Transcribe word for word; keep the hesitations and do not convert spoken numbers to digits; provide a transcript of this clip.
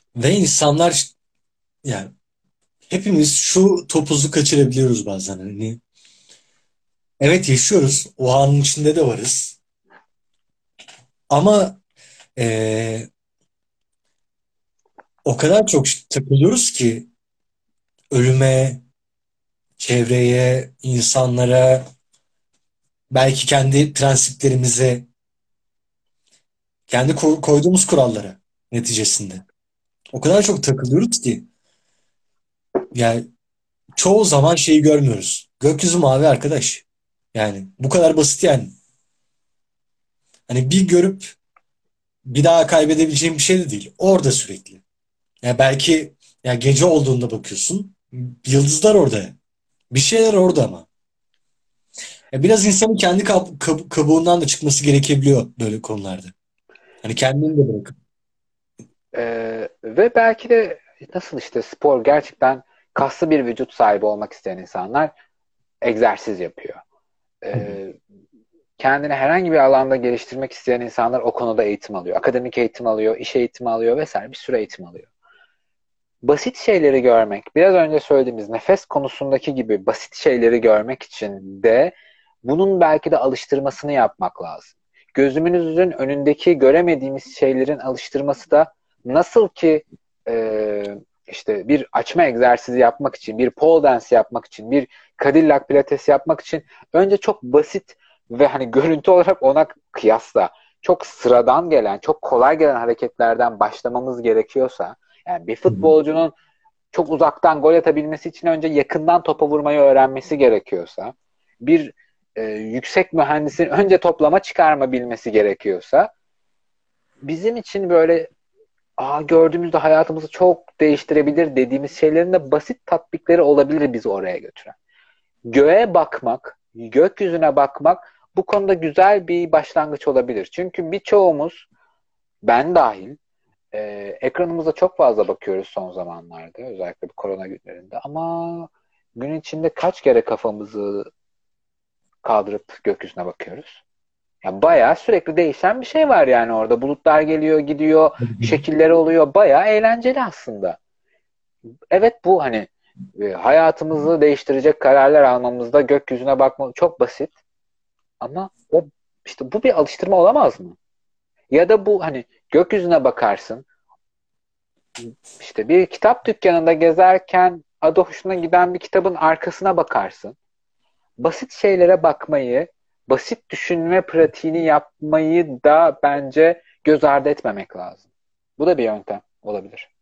Ve insanlar yani hepimiz şu topuzu kaçırabiliyoruz bazen. Hani evet yaşıyoruz. O anın içinde de varız. Ama eee, o kadar çok takılıyoruz ki ölüme, çevreye, insanlara, belki kendi prensiplerimize, kendi ko- koyduğumuz kurallara neticesinde. O kadar çok takılıyoruz ki yani çoğu zaman şeyi görmüyoruz. Gökyüzü mavi arkadaş. Yani bu kadar basit yani. Hani bir görüp bir daha kaybedebileceğim bir şey de değil. Orada sürekli. Ya belki ya gece olduğunda bakıyorsun. Yıldızlar orada. Bir şeyler orada ama. Ya biraz insanın kendi kab- kab- kabuğundan da çıkması gerekebiliyor böyle konularda. Hani kendini de bırakıp. Ee, ve belki de nasıl işte spor gerçekten kaslı bir vücut sahibi olmak isteyen insanlar egzersiz yapıyor. Hı hı. Ee, Kendini herhangi bir alanda geliştirmek isteyen insanlar o konuda eğitim alıyor. Akademik eğitim alıyor, iş eğitimi alıyor vesaire bir sürü eğitim alıyor. Basit şeyleri görmek, biraz önce söylediğimiz nefes konusundaki gibi basit şeyleri görmek için de bunun belki de alıştırmasını yapmak lazım. Gözümüzün önündeki göremediğimiz şeylerin alıştırması da nasıl ki e, işte bir açma egzersizi yapmak için, bir pole dance yapmak için, bir Cadillac pilates yapmak için önce çok basit ve hani görüntü olarak ona kıyasla çok sıradan gelen, çok kolay gelen hareketlerden başlamamız gerekiyorsa, yani bir Hı hı. futbolcunun çok uzaktan gol atabilmesi için önce yakından topa vurmayı öğrenmesi gerekiyorsa, bir e, yüksek mühendisin önce toplama çıkarma bilmesi gerekiyorsa, bizim için böyle aa, gördüğümüzde hayatımızı çok değiştirebilir dediğimiz şeylerin de basit tatbikleri olabilir bizi oraya götüren. Göğe bakmak, gökyüzüne bakmak bu konuda güzel bir başlangıç olabilir. Çünkü birçoğumuz, ben dahil, e, ekranımıza çok fazla bakıyoruz son zamanlarda. Özellikle bu korona günlerinde. Ama gün içinde kaç kere kafamızı kaldırıp gökyüzüne bakıyoruz? Yani bayağı sürekli değişen bir şey var yani orada. Bulutlar geliyor, gidiyor, Hı hı. şekilleri oluyor. Bayağı eğlenceli aslında. Evet, bu hani e, hayatımızı değiştirecek kararlar almamızda gökyüzüne bakmak çok basit. Ama o işte bu bir alıştırma olamaz mı? Ya da bu hani gökyüzüne bakarsın. İşte bir kitap dükkanında gezerken adı hoşuna giden bir kitabın arkasına bakarsın. Basit şeylere bakmayı, basit düşünme pratiğini yapmayı da bence göz ardı etmemek lazım. Bu da bir yöntem olabilir.